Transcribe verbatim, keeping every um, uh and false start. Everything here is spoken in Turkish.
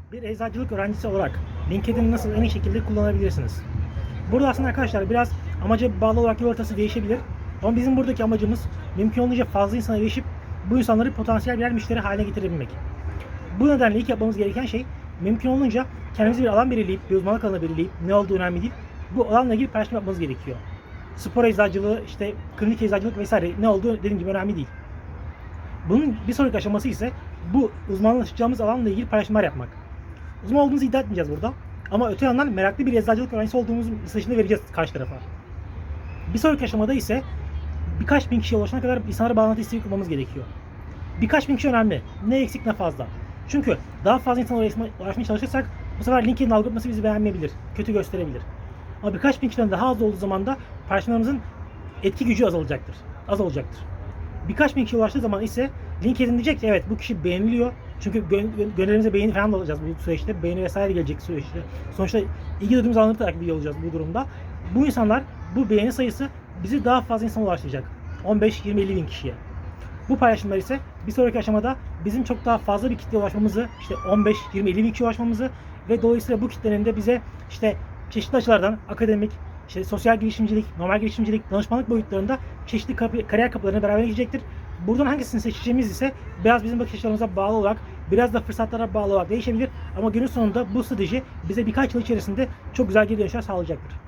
Bir eczacılık öğrencisi olarak LinkedIn'i nasıl en iyi şekilde kullanabilirsiniz? Burada aslında arkadaşlar biraz amaca bağlı olarak yol haritası değişebilir. Ama bizim buradaki amacımız mümkün olunca fazla insana erişip bu insanları potansiyel birer müşteri haline getirebilmek. Bu nedenle ilk yapmamız gereken şey mümkün olunca kendimize bir alan belirleyip, bir uzmanlık alanı belirleyip, ne olduğu önemli değil, bu alanla ilgili paylaşım yapmamız gerekiyor. Spor eczacılığı, işte klinik eczacılık vesaire ne olduğu dediğim gibi önemli değil. Bunun bir sonraki aşaması ise bu uzmanlaşacağımız alanla ilgili paylaşımlar yapmak. Uzman olduğumuzu iddia etmeyeceğiz burada. Ama öte yandan meraklı bir eczacılık öğrencisi olduğumuz mesajını vereceğiz karşı tarafa. Bir sonraki aşamada ise birkaç bin kişiye ulaşana kadar insanlara bağlantı isteği kurmamız gerekiyor. Birkaç bin kişi önemli. Ne eksik ne fazla. Çünkü daha fazla insana ulaşmaya çalışırsak bu sefer LinkedIn algoritması bizi beğenmeyebilir, kötü gösterebilir. Ama birkaç bin kişiden daha az olduğu zaman da paylaşımlarımızın etki gücü azalacaktır. Az olacaktır. Birkaç bin kişiye ulaştığı zaman ise LinkedIn diyecek ki evet bu kişi beğeniliyor. Çünkü gö gönderimize beğeni falan da alacağız bu süreçte. Beğeni vesaire gelecek süreçte. Sonuçta ilgi duyduğumuz alanları takip ediyor olacağız bu durumda. Bu insanlar, bu beğeni sayısı bizi daha fazla insana ulaştıracak. on beş, yirmi, elli bin kişiye. Bu paylaşımlar ise bir sonraki aşamada bizim çok daha fazla bir kitleye ulaşmamızı, işte on beş, yirmi, elli bin kişiye ulaşmamızı ve dolayısıyla bu kitlenin de bize işte çeşitli açılardan akademik, işte sosyal girişimcilik, normal girişimcilik, danışmanlık boyutlarında çeşitli kapı, kariyer kapılarına beraber gidecektir. Buradan hangisini seçeceğimiz ise biraz bizim bakış açılarımıza bağlı olarak, biraz da fırsatlara bağlı olarak değişebilir. Ama günün sonunda bu strateji bize birkaç yıl içerisinde çok güzel geri dönüşler sağlayacaktır.